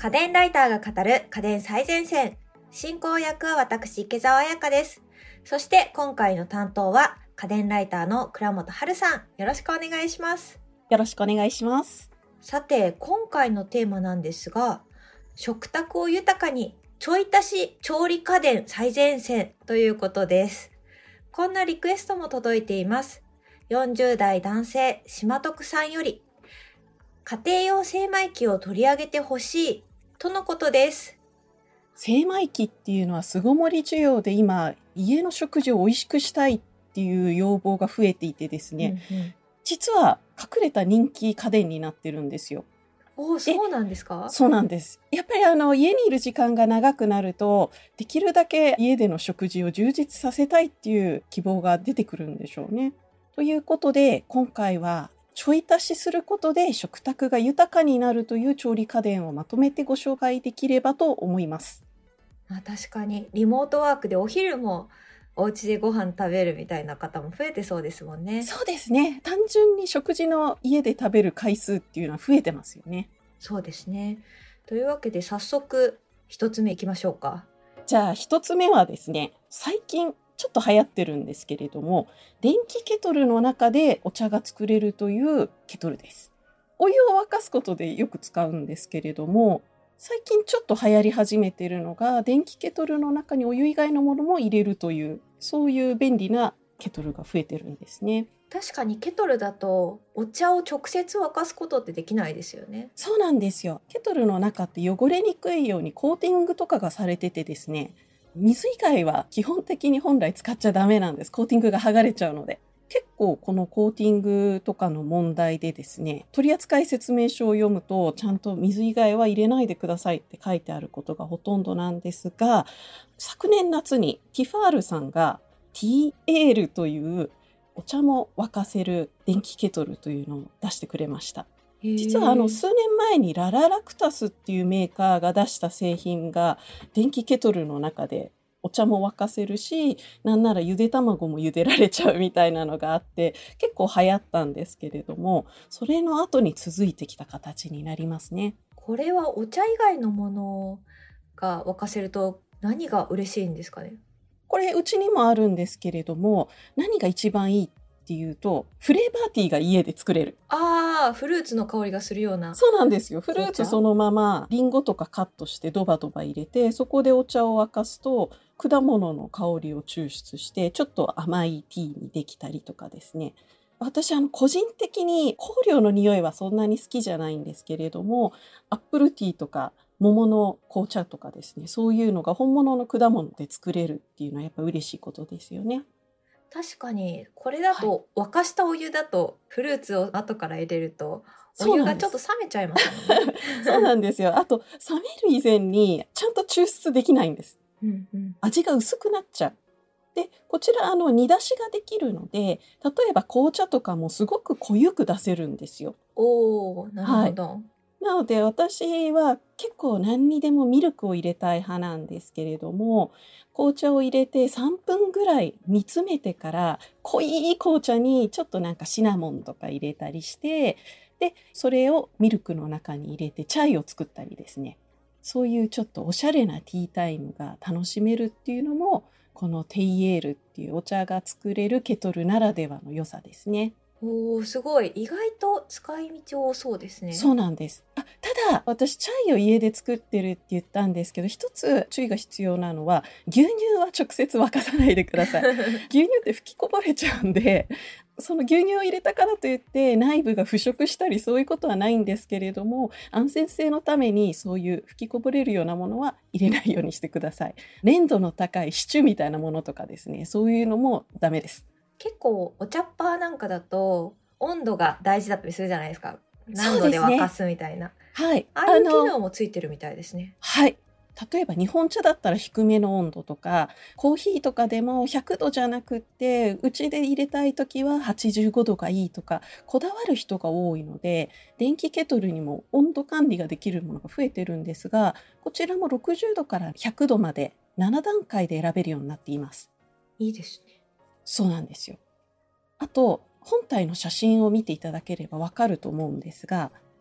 家電ライターが語る家電最前線。進行役は私、池澤彩香です。そして今回の担当は家電ライターの倉本春さん。よろしくお願いします。 よろしくお願いします。 さて、今回のテーマなんですが、食卓を豊かにちょい足し調理家電最前線ということです。こんなリクエストも届いています。40代男性、島徳さんより、家庭用精米機を取り上げてほしいとのことです。 精米機っていうのは巣ごもり需要で今家の食事を美味しくしたいっていう要望が増えていてですね、実は隠れた人気家電になってるんですよ。 そうなんですか？ そうなんです。やっぱり家にいる時間が長くなるとできるだけ家での食事を充実させたいっていう希望が出てくるんでしょうね。ということで今回はちょい足しすることで食卓が豊かになるという調理家電をまとめてご紹介できればと思います。 確かにリモートワークでお昼もお家でご飯食べるみたいな方も増えてそうですもんね。 そうですね。単純に食事の家で食べる回数っていうのは増えてますよね。 そうですね。というわけで早速一つ目いきましょうか。 じゃあ一つ目はですね、最近ちょっと流行ってるんですけれども、電気ケトルの中でお茶が作れるというケトルです。お湯を沸かすことでよく使うんですけれども、最近ちょっと流行り始めているのが電気ケトルの中にお湯以外のものも入れるという、そういう便利なケトルが増えてるんですね。 確かにケトルだとお茶を直接沸かすことってできないですよね。 そうなんですよ。ケトルの中って汚れにくいようにコーティングとかがされててですね、水以外は基本的に本来使っちゃダメなんです。コーティングが剥がれちゃうので。結構このコーティングとかの問題でですね、取扱説明書を読むとちゃんと水以外は入れないでくださいって書いてあることがほとんどなんですが、昨年夏にティファールさんがティーエールというお茶も沸かせる電気ケトルというのを出してくれました。実は数年前にラララクタスっていうメーカーが出した製品が電気ケトルの中でお茶も沸かせるし、なんならゆで卵も茹でられちゃうみたいなのがあって結構流行ったんですけれども、それの後に続いてきた形になりますね。 これはお茶以外のものが沸かせると何が嬉しいんですかね？ これうちにもあるんですけれども、何が一番いいっていうとフレーバーティーが家で作れる。 フルーツの香りがするような。 そうなんですよ。フルーツそのままリンゴとかカットしてドバドバ入れて、そこでお茶を沸かすと果物の香りを抽出してちょっと甘いティーにできたりとかですね。私個人的に香料の匂いはそんなに好きじゃないんですけれども、アップルティーとか桃の紅茶とかですね、そういうのが本物の果物で作れるっていうのはやっぱ嬉しいことですよね。 確かにこれだと、沸かしたお湯だとフルーツを後から入れるとお湯がちょっと冷めちゃいますもんね。 そうなんですよ。あと冷める以前にちゃんと抽出できないんです。味が薄くなっちゃう。でこちら煮出しができるので、例えば紅茶とかもすごく濃ゆく出せるんですよ。 なるほど。 なので私は結構何にでもミルクを入れたい派なんですけれども、紅茶を入れて3分ぐらい煮詰めてから濃い紅茶にちょっとなんかシナモンとか入れたりして、でそれをミルクの中に入れてチャイを作ったりですね、そういうちょっとおしゃれなティータイムが楽しめるっていうのもこのテイエールっていうお茶が作れるケトルならではの良さですね。 すごい。意外と使い道多そうですね。 そうなんです。ただ私チャイを家で作ってるって言ったんですけど、一つ注意が必要なのは牛乳は直接沸かさないでください。牛乳って吹きこぼれちゃうんで、その牛乳を入れたからといって内部が腐食したりそういうことはないんですけれども、安全性のためにそういう吹きこぼれるようなものは入れないようにしてください。粘度の高いシチューみたいなものとかですね、そういうのもダメです。 結構お茶っ葉なんかだと温度が大事だったりするじゃないですか。何度で沸かすみたいな。 はい。 ああいう機能もついてるみたいですね。 はい。例えば日本茶だったら低めの温度とか、コーヒーとかでも100度じゃなくってうちで入れたい時は85度がいいとかこだわる人が多いので、電気ケトルにも温度管理ができるものが増えてるんですが、こちらも60度から100度まで7段階で選べるようになっています。 いいですね。 そうなんですよ。あと本体の写真を見ていただければわかると思うんですが、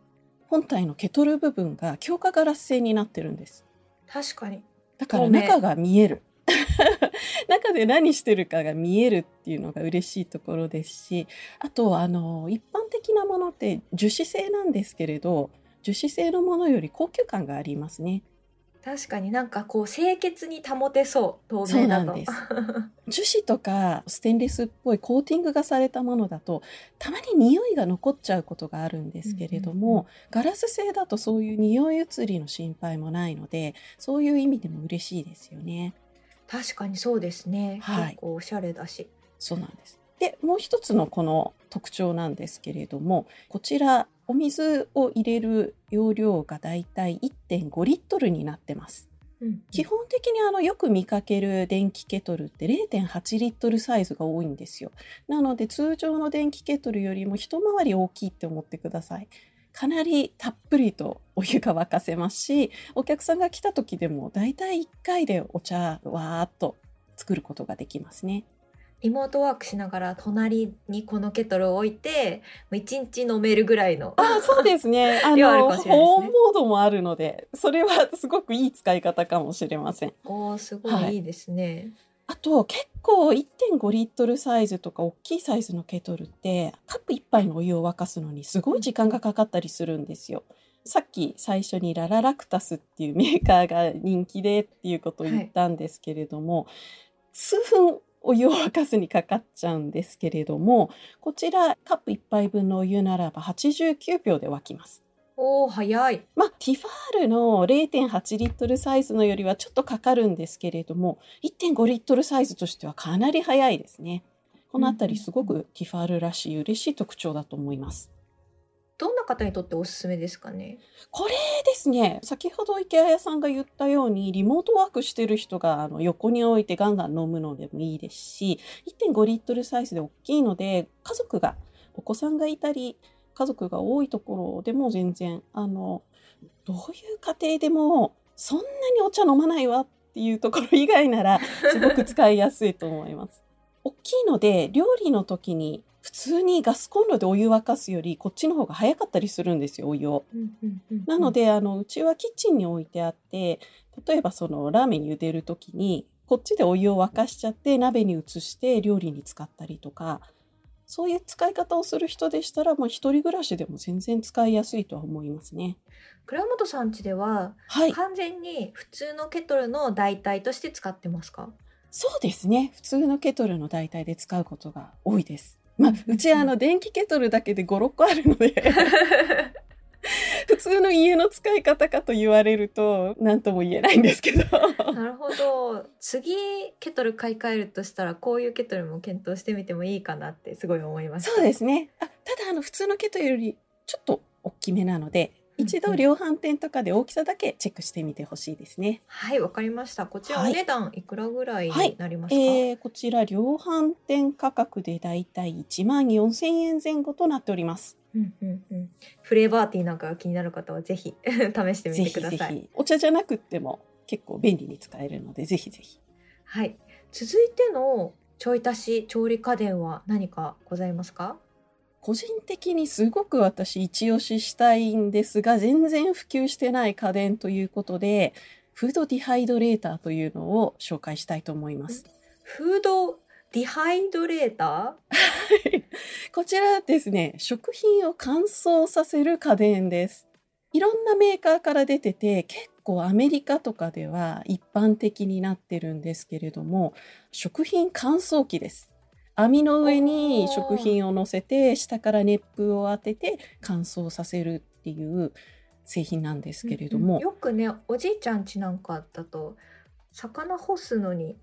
本体のケトル部分が強化ガラス製になってるんです。 確かに。 だから中が見える。中で何してるかが見えるっていうのが嬉しいところですし、あと一般的なものって樹脂製なんですけれど、樹脂製のものより高級感がありますね。 確かになんかこう清潔に保てそう、透そう明だと。 なんです。樹脂とかステンレスっぽいコーティングがされたものだとたまに匂いが残っちゃうことがあるんですけれども、ガラス製だとそういう匂い移りの心配もないので、そういう意味でも嬉しいですよね。 確かにそうですね。 はい結構おしゃれだし。 そうなんです。で、もう一つのこの特徴なんですけれども、こちらお水を入れる容量がだいたい 1.5 リットルになってます。基本的によく見かける電気ケトルって 0.8 リットルサイズが多いんですよ。なので通常の電気ケトルよりも一回り大きいって思ってください。かなりたっぷりとお湯が沸かせますし、お客さんが来た時でもだいたい1回でお茶わーっと作ることができますね。 リモートワークしながら隣にこのケトルを置いて1日飲めるぐらいのそうですね。 量あるかもしれないですね。 保温モードもあるので、それはすごくいい使い方かもしれません。 すごいいいですね。 あと結構 1.5 リットルサイズとか大きいサイズのケトルってカップ1杯のお湯を沸かすのにすごい時間がかかったりするんですよ。さっき最初にラララクタスっていうメーカーが人気でっていうことを言ったんですけれども、数分お湯を沸かすにかかっちゃうんですけれども、こちらカップ1杯分のお湯ならば89秒で沸きます。 早い。 ティファールの 0.8 リットルサイズのよりはちょっとかかるんですけれども、1.5 リットルサイズとしてはかなり早いですね。このあたりすごくティファールらしい嬉しい特徴だと思います。 どんな方にとっておすすめですかね？ これですね、先ほど池谷さんが言ったようにリモートワークしてる人が横に置いてガンガン飲むのでもいいですし、1.5 リットルサイズで大きいのでお子さんがいたり家族が多いところでも全然どういう家庭でもそんなにお茶飲まないわっていうところ以外ならすごく使いやすいと思います。大きいので料理の時に普通にガスコンロでお湯沸かすよりこっちの方が早かったりするんですよ、お湯を。なのでうちはキッチンに置いてあって、例えばそのラーメン茹でる時にこっちでお湯を沸かしちゃって鍋に移して料理に使ったりとか、そういう使い方をする人でしたらもう一人暮らしでも全然使いやすいとは思いますね。 倉本さん家では、完全に普通のケトルの代替として使ってますか？そうですね、普通のケトルの代替で使うことが多いです。うち電気ケトルだけで5、6個あるので普通の家の使い方かと言われると何とも言えないんですけどなるほど。次ケトル買い替えるとしたらこういうケトルも検討してみてもいいかなってすごい思いました。 そうですね。ただ普通のケトルよりちょっと大きめなので、一度量販店とかで大きさだけチェックしてみてほしいですね。 はい、わかりました。こちらお値段いくらぐらいになりますか？ こちら量販店価格でだいたい14,000円前後となっております。 フレーバーティーなんかが気になる方はぜひ試してみてください。 ぜひお茶じゃなくっても結構便利に使えるのでぜひぜひ。 はい。続いてのちょい足し調理家電は何かございますか？ 個人的にすごく私一押ししたいんですが、全然普及してない家電ということで、フードディハイドレーターというのを紹介したいと思います。 フードディハイドレーターこちらですね、食品を乾燥させる家電です。いろんなメーカーから出てて、結構アメリカとかでは一般的になってるんですけれども、食品乾燥機です。網の上に食品を乗せて下から熱風を当てて乾燥させるっていう製品なんですけれども、 よくね、おじいちゃん家なんかだと魚干すのに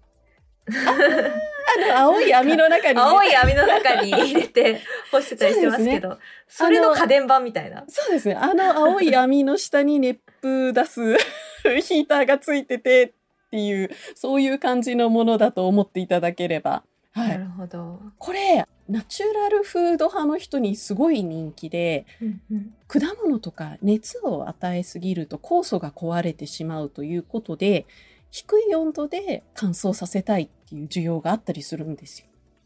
青い網の中に入れて干してたりしてますけど、それの家電版みたいな。 そうですね、青い網の下に熱風出すヒーターがついててっていう、そういう感じのものだと思っていただければ。 なるほど。 これナチュラルフード派の人にすごい人気で、果物とか熱を与えすぎると酵素が壊れてしまうということで、低い温度で乾燥させたいっていう需要があったりするんですよ。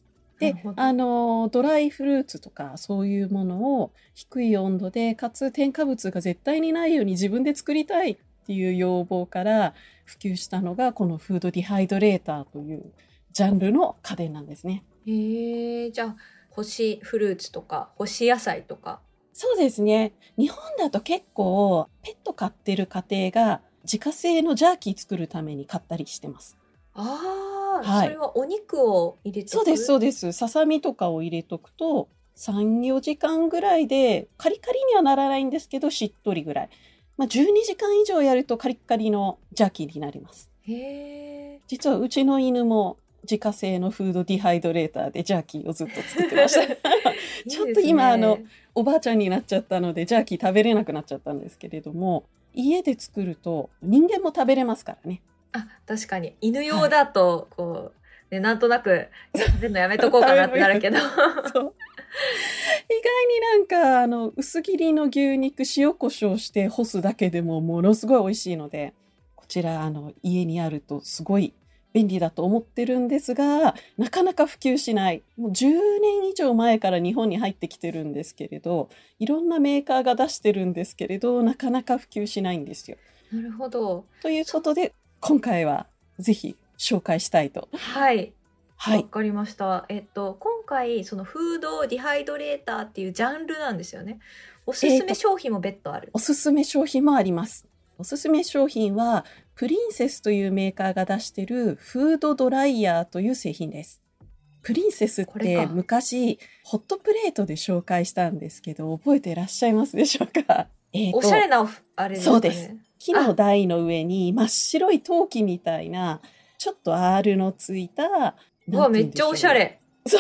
で、 なるほドライフルーツとかそういうものを低い温度で、かつ添加物が絶対にないように自分で作りたいっていう要望から普及したのが、このフードディハイドレーターというジャンルの家電なんですね。 へえ、じゃあ干しフルーツとか干し野菜とか。 そうですね。日本だと結構ペット飼ってる家庭が自家製のジャーキー作るために買ったりしてます。 ああ、 はい。 それはお肉を入れてそうです、 く。 そうです。ささみとかを入れとくと、3、4時間ぐらいで、カリカリにはならないんですけど、しっとりぐらい。12時間以上やるとカリッカリのジャーキーになります。 へえ。 実はうちの犬も自家製のフードディハイドレーターでジャーキーをずっと作ってました。 いいですね。 ちょっと今おばあちゃんになっちゃったので、ジャーキー食べれなくなっちゃったんですけれども、家で作ると人間も食べれますからね。 あ、確かに犬用だとこう、ね、なんとなく食べるのやめとこうかなってなるけど。 そう意外に薄切りの牛肉塩コショウして干すだけでもものすごい美味しいので、こちら家にあるとすごい便利だと思ってるんですが、なかなか普及しない。もう10年以上前から日本に入ってきてるんですけれど、いろんなメーカーが出してるんですけれど、なかなか普及しないんですよ。 なるほど。 ということで、今回はぜひ紹介したいと。 はい。 はい。 わかりました。今回、そのフードディハイドレーターっていうジャンルなんですよね。おすすめ商品も別途ある。 おすすめ商品もあります。おすすめ商品は、プリンセスというメーカーが出しているフードドライヤーという製品です。プリンセスって昔、ホットプレートで紹介したんですけど、覚えていらっしゃいますでしょうか？ おしゃれな、あれですかね。 そうです。木の台の上に真っ白い陶器みたいな、ちょっと R のついた、 うわ、めっちゃおしゃれ。 そう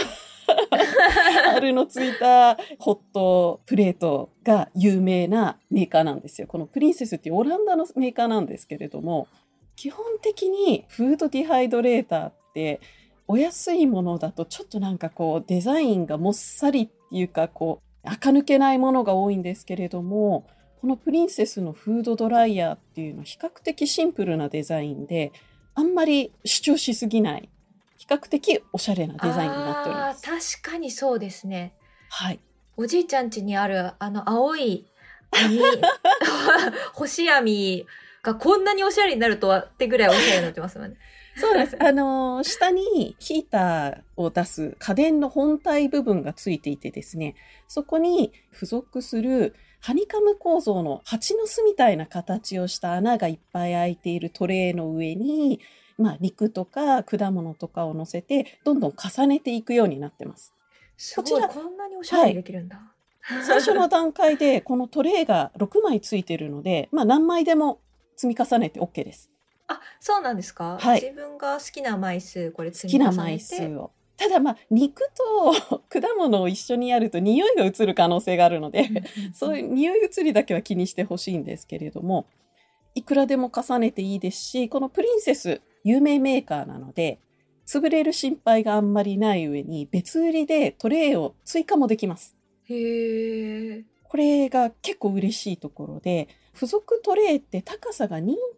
。R のついたホットプレートが有名なメーカーなんですよ。このプリンセスっていうオランダのメーカーなんですけれども、基本的にフードディハイドレーターってお安いものだとちょっとデザインがもっさりっていうか垢抜けないものが多いんですけれども、このプリンセスのフードドライヤーっていうのは比較的シンプルなデザインで、あんまり主張しすぎない。比較的おしゃれなデザインになっております。 確かにそうですね。 はい。 おじいちゃん家にある青い網干し網がこんなにおしゃれになるとはってぐらいおしゃれになってますもんね。 そうです。下にヒーターを出す家電の本体部分がついていてですね、そこに付属するハニカム構造の蜂の巣みたいな形をした穴がいっぱい開いているトレイの上に、肉とか果物とかを乗せて、どんどん重ねていくようになってます。 すごい、こんなにおしゃれにできるんだ。 はい、最初の段階で、このトレイが6枚ついてるので、何枚でも積み重ねて OK です。 あ、そうなんですか？ はい。 自分が好きな枚数、これ積み重ねて。 好きな枚数を。ただ肉と果物を一緒にやると匂いが移る可能性があるので、そういう匂い移りだけは気にしてほしいんですけれども、いくらでも重ねていいですし、このプリンセス、有名メーカーなので、潰れる心配があんまりない上に、別売りでトレイを追加もできます。 へー。 これが結構嬉しいところで、付属トレイって高さが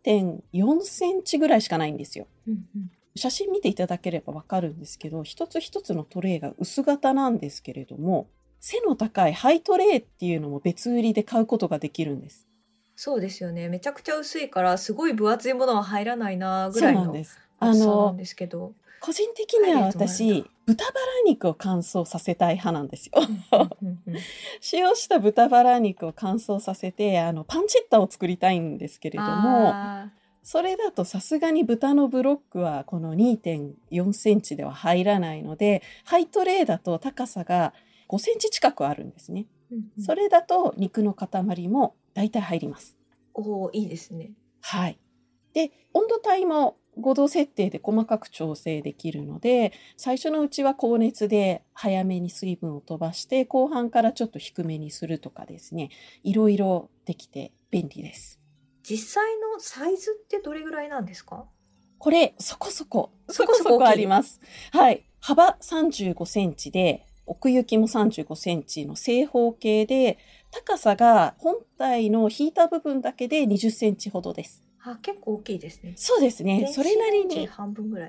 2.4 センチぐらいしかないんですよ。写真見ていただければわかるんですけど、一つ一つのトレイが薄型なんですけれども、背の高いハイトレイっていうのも別売りで買うことができるんです。 そうですよね。めちゃくちゃ薄いからすごい分厚いものは入らないなぐらいの厚さなんですけど、 個人的には私、豚バラ肉を乾燥させたい派なんですよ。使用した豚バラ肉を乾燥させて、パンチェッタを作りたいんですけれども、それだとさすがに豚のブロックはこの 2.4 センチでは入らないので、ハイトレイだと高さが5センチ近くあるんですね。それだと肉の塊も大体入ります。 おー、いいですね。 はい。で、温度帯も5度設定で細かく調整できるので、最初のうちは高熱で早めに水分を飛ばして、後半からちょっと低めにするとかですね、いろいろできて便利です。 実際のサイズってどれぐらいなんですか？ これ、そこそこあります。はい。幅35センチで、奥行きも35センチの正方形で、高さが本体のヒーター部分だけで20センチほどです。 あ、結構大きいですね。 そうですね。それなりに。 半分ぐらい？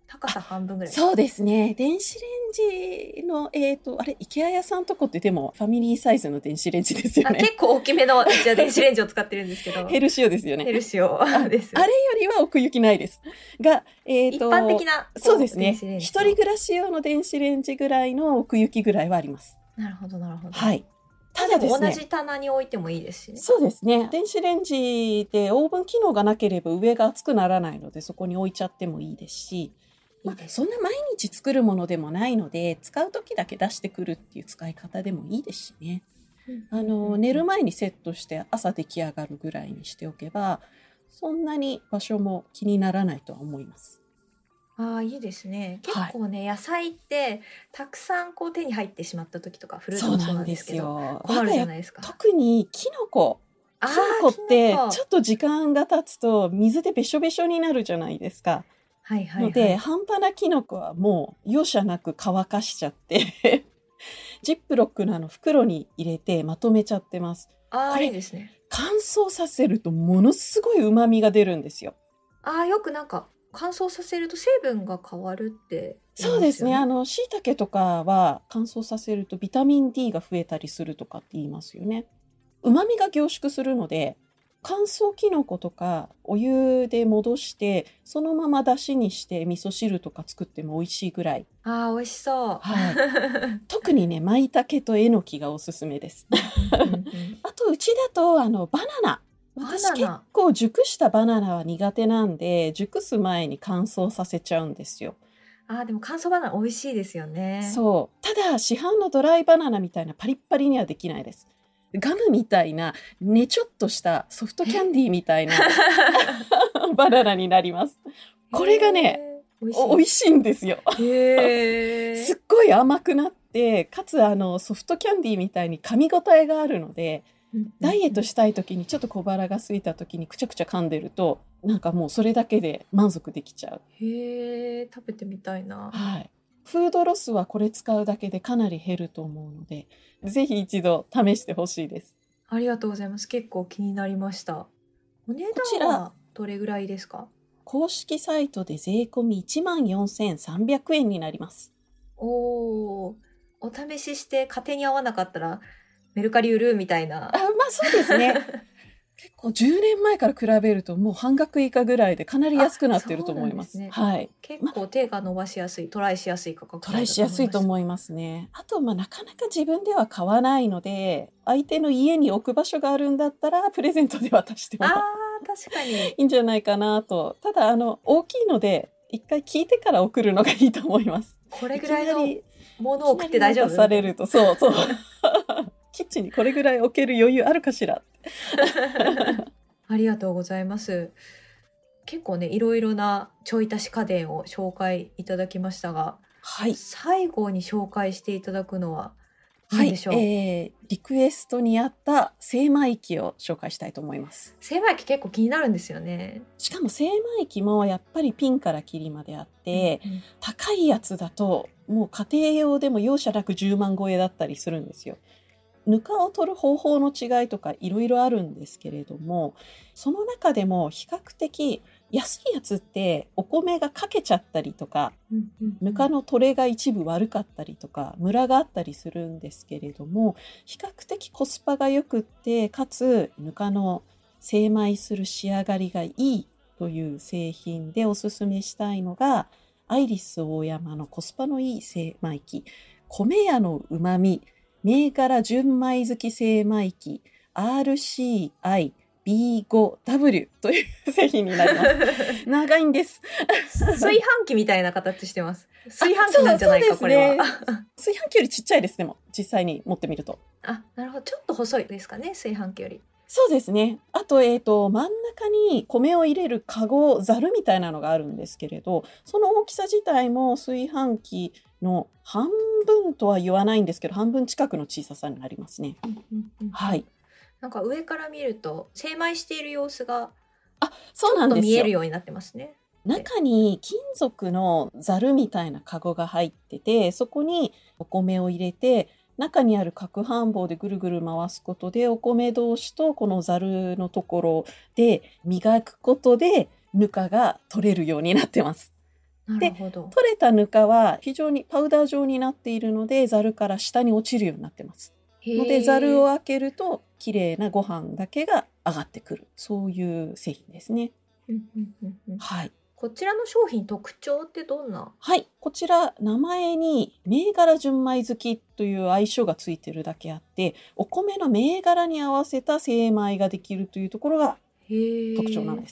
高さ半分ぐらい。 そうですね。電子レンジの、あれ、IKEA 屋さんとこってでもファミリーサイズの電子レンジですよね。 結構大きめの、じゃあ電子レンジを使ってるんですけど。 ヘルシオですよね。 ヘルシオです。 あれよりは奥行きないです。が、 一般的な、 そうですね。 電子レンジ一人暮らし用の電子レンジぐらいの奥行きぐらいはあります。 なるほど、なるほど。 はい。 ただですね。同じ棚に置いてもいいですしね。 そうですね。電子レンジでオーブン機能がなければ上が熱くならないので、そこに置いちゃってもいいですし、そんな毎日作るものでもないので、使う時だけ出してくるっていう使い方でもいいですしね。寝る前にセットして朝出来上がるぐらいにしておけば、そんなに場所も気にならないとは思います。 ああ、いいですね。結構ね、野菜ってたくさんこう手に入ってしまった時とか、フルーツもそうなんですけど、困るじゃないですか。 特にキノコってちょっと時間が経つと水でべしょべしょになるじゃないですか。 はいはいはい。 ので、半端なキノコはもう容赦なく乾かしちゃってジップロックの袋に入れてまとめちゃってます。 ああ、いいですね。 乾燥させるとものすごい旨味が出るんですよ。 ああ、よくなんか乾燥させると成分が変わるって言いますよね。 そうですね。椎茸とかは乾燥させるとビタミン D が増えたりするとかって言いますよね。旨味が凝縮するので、乾燥キノコとかお湯で戻してそのまま出汁にして味噌汁とか作っても美味しいぐらい。 ああ、美味しそう。 はい。特にね、舞茸とえのきがおすすめです。あとうちだとバナナ。私結構熟したバナナは苦手なんで、熟す前に乾燥させちゃうんですよ。 ああ、でも乾燥バナナ美味しいですよね。 そう。ただ市販のドライバナナみたいなパリッパリにはできないです。ガムみたいなねちょっとしたソフトキャンディーみたいなバナナになります。これがね、美味しいんですよ。すっごい甘くなって、かつソフトキャンディーみたいに噛み応えがあるので、ダイエットしたい時にちょっと小腹が空いた時にくちゃくちゃ噛んでると、なんかもうそれだけで満足できちゃう。 へえ、食べてみたいな。 はい。フードロスはこれ使うだけでかなり減ると思うので、ぜひ一度試してほしいです。 ありがとうございます。結構気になりました。お値段はどれぐらいですか？ 公式サイトで税込み 14,300 円になります。 お試しして家庭に合わなかったらメルカリ売るみたいな。 まあそうですね。結構10年前から比べるともう半額以下ぐらいでかなり安くなってると思います。はい。 結構手が伸ばしやすい、トライしやすい価格。 トライしやすいと思いますね。あとなかなか自分では買わないので、相手の家に置く場所があるんだったらプレゼントで渡しても確かにいいんじゃないかなと。ただ大きいので一回聞いてから送るのがいいと思います。 これぐらいのものを送って大丈夫？ されるとそうキッチンにこれぐらい置ける余裕あるかしらありがとうございます。結構ね、いろいろなちょい足し家電を紹介いただきましたが、 はい、 最後に紹介していただくのは何でしょう？ リクエストにあった精米機を紹介したいと思います。 精米機結構気になるんですよね。 しかも精米機もやっぱりピンからキリまであって、高いやつだともう家庭用でも容赦なく10万超えだったりするんですよ。ぬかを取る方法の違いとかいろいろあるんですけれども、その中でも比較的安いやつってお米がかけちゃったりとか、ぬかの取れが一部悪かったりとかムラがあったりするんですけれども、比較的コスパがよくって、かつぬかの精米する仕上がりがいいという製品でおすすめしたいのが、アイリスオーヤマのコスパのいい精米機、米屋のうまみ銘柄純米好き精米機 RCI-B5W という製品になります。長いんです。 炊飯器みたいな形してます。炊飯器なんじゃないか、これは。 炊飯器よりちっちゃいです。でも実際に持ってみると。 なるほど。ちょっと細いですかね、炊飯器より。 そうですね。あと、真ん中に米を入れるカゴ、ザルみたいなのがあるんですけれど、その大きさ自体も炊飯器の半分とは言わないんですけど、半分近くの小ささになりますね。はい。 なんか上から見ると精米している様子がそうなんですよ。 ちょっと見えるようになってますね。 中に金属のザルみたいなカゴが入ってて、そこにお米を入れて、中にある攪拌棒でぐるぐる回すことで、お米同士とこのザルのところで磨くことでぬかが取れるようになってます。 なるほど。 取れたぬかは非常にパウダー状になっているので、ざるから下に落ちるようになってます。ので、ざるを開けると、綺麗なご飯だけが上がってくる。そういう製品ですね。はい。 こちらの商品特徴ってどんな？ はい。こちら、名前に銘柄純米好きという愛称がついてるだけあって、お米の銘柄に合わせた精米ができるというところが特徴なんです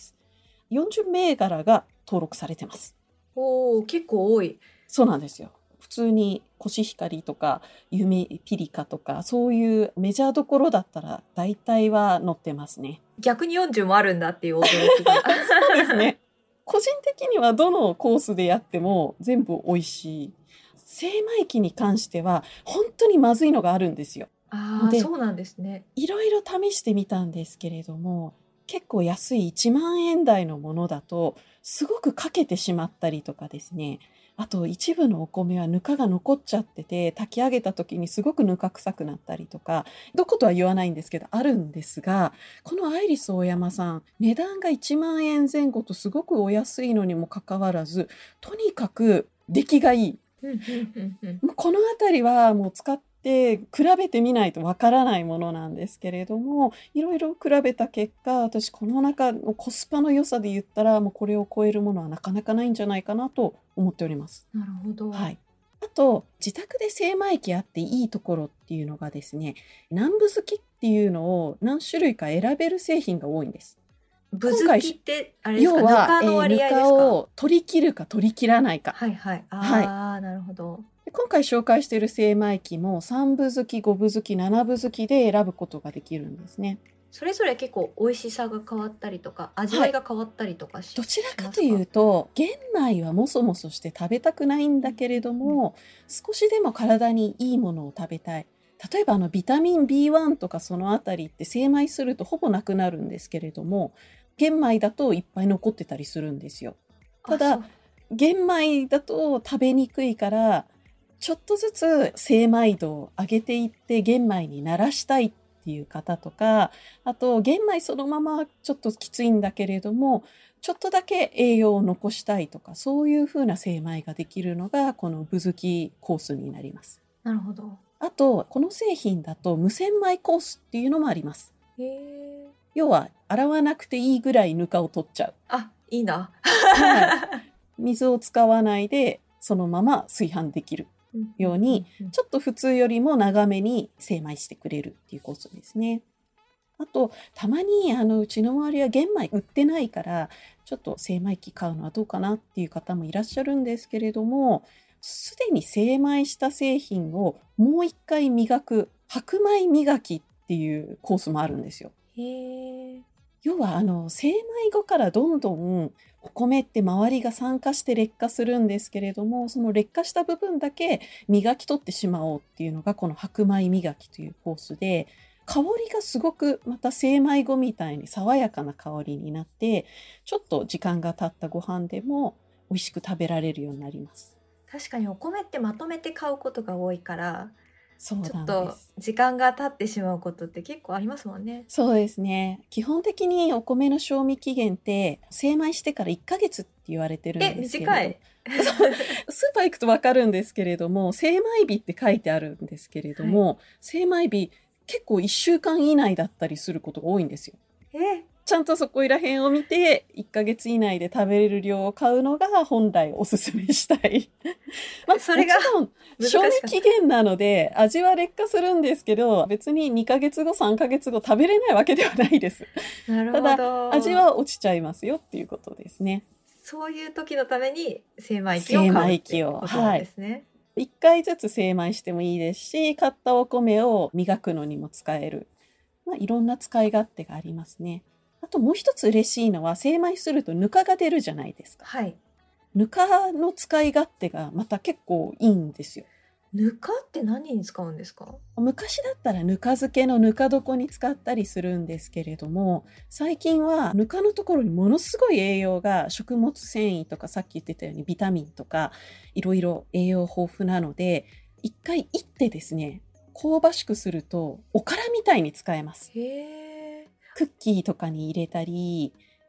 。40銘柄が登録されてます。 おー、結構多い。 そうなんですよ。普通にコシヒカリとか夢ピリカとかそういうメジャーどころだったら大体は載ってますね。 逆に40もあるんだっていう驚きが。 そうですね。個人的にはどのコースでやっても全部美味しい。精米機に関しては本当にまずいのがあるんですよ。 ああ、そうなんですね。 いろいろ試してみたんですけれども、結構安い1万円台のものだとすごくかけてしまったりとかですね。あと一部のお米はぬかが残っちゃってて、炊き上げた時にすごくぬか臭くなったりとか、どことは言わないんですけど、あるんですが、このアイリスオーヤマさん、値段が1万円前後とすごくお安いのにもかかわらず、とにかく出来がいい。もうこのあたりはもう使って比べてみないとわからないものなんですけれども、いろいろ比べた結果、私この中のコスパの良さで言ったらもうこれを超えるものはなかなかないんじゃないかなと思っております。 なるほど。 はい。あと自宅で精米機あっていいところっていうのがですね、南部好きっていうのを何種類か選べる製品が多いんです。 ぶずきってあれですか？ 要はぬかの割合ですか？ ぬかを取り切るか取り切らないか。 はいはい。ああ、なるほど。 今回紹介している精米機も3分好き、5分好き、7分好きで選ぶことができるんですね。 それぞれ結構美味しさが変わったりとか、味わいが変わったりとかどちらかというと、玄米はもそもそして食べたくないんだけれども、少しでも体にいいものを食べたい。例えばビタミン B1 とかそのあたりって精米するとほぼなくなるんですけれども、玄米だといっぱい残ってたりするんですよ。ただ、玄米だと食べにくいから、ちょっとずつ精米度を上げていって玄米に慣らしたいっていう方とか、あと玄米そのままちょっときついんだけれども、ちょっとだけ栄養を残したいとか、そういう風な精米ができるのがこのぶずきコースになります。 なるほど。 あと、この製品だと無洗米コースっていうのもあります。要は洗わなくていいぐらいぬかを取っちゃう。 あ、いいな。 はい、水を使わないでそのまま炊飯できるように、ちょっと普通よりも長めに精米してくれるっていうコースですね。あと、たまにうちの周りは玄米売ってないから、ちょっと精米機買うのはどうかなっていう方もいらっしゃるんですけれども、すでに精米した製品をもう一回磨く、白米磨きっていうコースもあるんですよ。要は精米後からどんどんお米って周りが酸化して劣化するんですけれども、その劣化した部分だけ磨き取ってしまおうっていうのがこの白米磨きというコースで、香りがすごくまた精米後みたいに爽やかな香りになって、ちょっと時間が経ったご飯でも美味しく食べられるようになります。 確かにお米ってまとめて買うことが多いから、 そうなんです。 ちょっと時間が経ってしまうことって結構ありますもんね。 そうですね。基本的にお米の賞味期限って精米してから1ヶ月って言われてるんですけど。 短い。 スーパー行くと分かるんですけれども、精米日って書いてあるんですけれども、精米日結構1週間以内だったりすることが多いんですよ。ちゃんとそこいら辺を見て1ヶ月以内で食べれる量を買うのが本来おすすめしたい。それがもちろん賞味期限なので味は劣化するんですけど、別に2ヶ月後3ヶ月後食べれないわけではないです。 なるほど。 ただ味は落ちちゃいますよっていうことですね。 そういう時のために精米機を買うっていうことなんですね。 1回ずつ精米してもいいですし、買ったお米を磨くのにも使える。いろんな使い勝手がありますね。あともう一つ嬉しいのは、精米するとぬかが出るじゃないですか。ぬかの使い勝手がまた結構いいんですよ。 ぬかって何に使うんですか？ 昔だったらぬか漬けのぬか床に使ったりするんですけれども、最近はぬかのところにものすごい栄養が、食物繊維とかさっき言ってたようにビタミンとかいろいろ栄養豊富なので、一回いってですね、香ばしくするとおからみたいに使えます。クッキーとかに入れたり、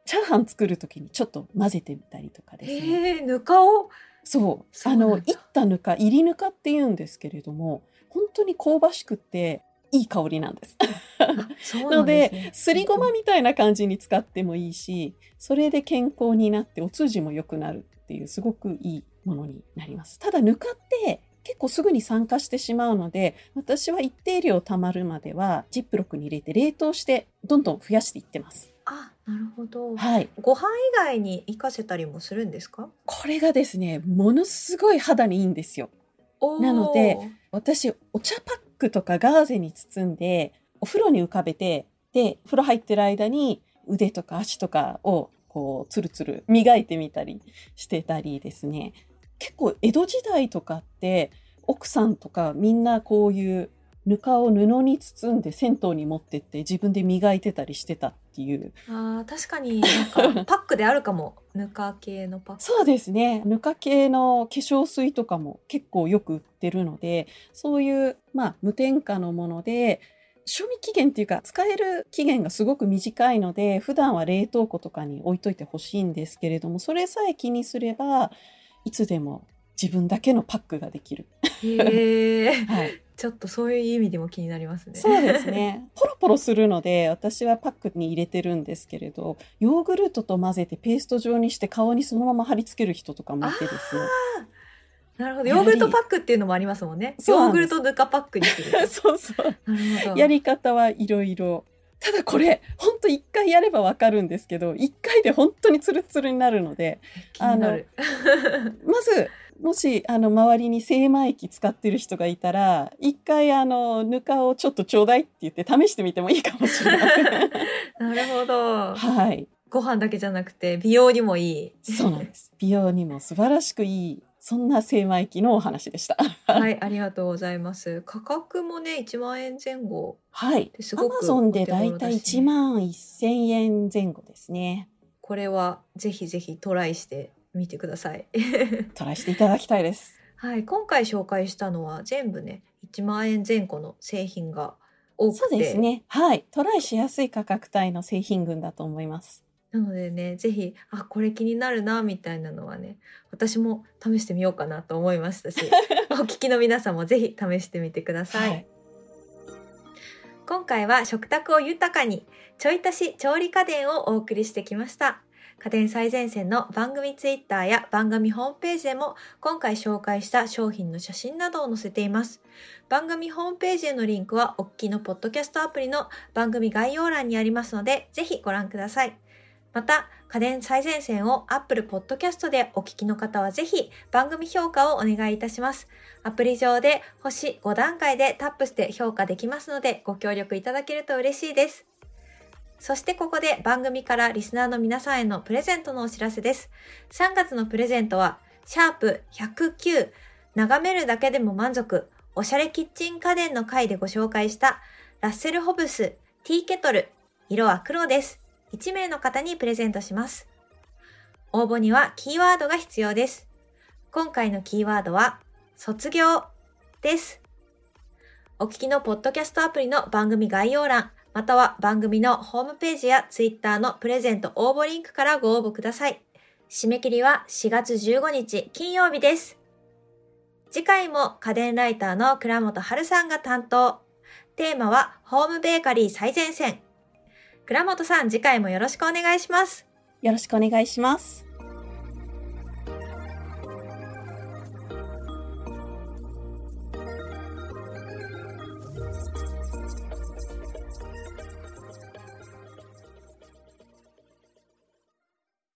チャーハン作るときにちょっと混ぜてみたりとかですね。 ぬかを。 そうなんだいったぬか、入りぬかって言うんですけれども、本当に香ばしくっていい香りなんです。 そうなのなんですね。 ですりごまみたいな感じに使ってもいいし、それで健康になってお通じも良くなるっていうすごくいいものになります。ただぬかって結構すぐに酸化してしまうので、私は一定量たまるまではジップロックに入れて冷凍してどんどん増やしていってます。 なるほど。 はい。 ご飯以外に活かせたりもするんですか？ これがですね、ものすごい肌にいいんですよ。なので、私、お茶パックとかガーゼに包んで、お風呂に浮かべて、で、風呂入ってる間に腕とか足とかを、こう、つるつる磨いてみたりしてたりですね。結構、江戸時代とかって、奥さんとかみんなこういうぬかを布に包んで銭湯に持ってって自分で磨いてたりしてたっていう。 確かになんかパックであるかも。ぬか系のパック。 そうですね。ぬか系の化粧水とかも結構よく売ってるので、そういう、無添加のもので、賞味期限っていうか、使える期限がすごく短いので、普段は冷凍庫とかに置いといてほしいんですけれども、それさえ気にすれば、いつでも自分だけのパックができる。はい。 ちょっとそういう意味でも気になりますね。 そうですね。ポロポロするので、私はパックに入れてるんですけれど、ヨーグルトと混ぜてペースト状にして顔にそのまま貼り付ける人とかもいてですね。 なるほど。ヨーグルトパックっていうのもありますもんね。ヨーグルトぬかパックにする。 そうそう。 なるほど。 やり方はいろいろ。ただこれ、ほんと一回やればわかるんですけど、一回で本当にツルツルになるので、 気になる。 まず、もし、周りに精米機使ってる人がいたら、一回、ぬかをちょっとちょうだいって言って試してみてもいいかもしれません。 なるほど。 はい。 ご飯だけじゃなくて、美容にもいい。 そうなんです。美容にも素晴らしくいい、そんな精米機のお話でした。 はい、ありがとうございます。価格もね、1万円前後。 はい。 すごく Amazon でだいたい1万1000円前後ですね。 これはぜひぜひトライしてみてください。 トライしていただきたいです。 はい、今回紹介したのは全部ね、1万円前後の製品が多くて。 そうですね。はい。トライしやすい価格帯の製品群だと思います。 なのでね、ぜひ、これ気になるな、みたいなのはね、私も試してみようかなと思いましたし、お聞きの皆さんもぜひ試してみてください。はい、今回は食卓を豊かに、ちょい足し調理家電をお送りしてきました。家電最前線の番組ツイッターや番組ホームページでも今回紹介した商品の写真などを載せています。番組ホームページへのリンクはお聞きのポッドキャストアプリの番組概要欄にありますので、ぜひご覧ください。また、家電最前線を Apple Podcast でお聞きの方はぜひ番組評価をお願いいたします。アプリ上で星5段階でタップして評価できますのでご協力いただけると嬉しいです。そしてここで番組からリスナーの皆さんへのプレゼントのお知らせです。3月のプレゼントは、#109 眺めるだけでも満足おしゃれキッチン家電の回でご紹介したラッセルホブスティーケトル、色は黒です。1名の方にプレゼントします。応募にはキーワードが必要です。今回のキーワードは卒業です。お聞きのポッドキャストアプリの番組概要欄、または番組のホームページやツイッターのプレゼント応募リンクからご応募ください。締め切りは4月15日金曜日です。次回も家電ライターの倉本春さんが担当。テーマはホームベーカリー最前線。倉本さん、次回もよろしくお願いします。 よろしくお願いします。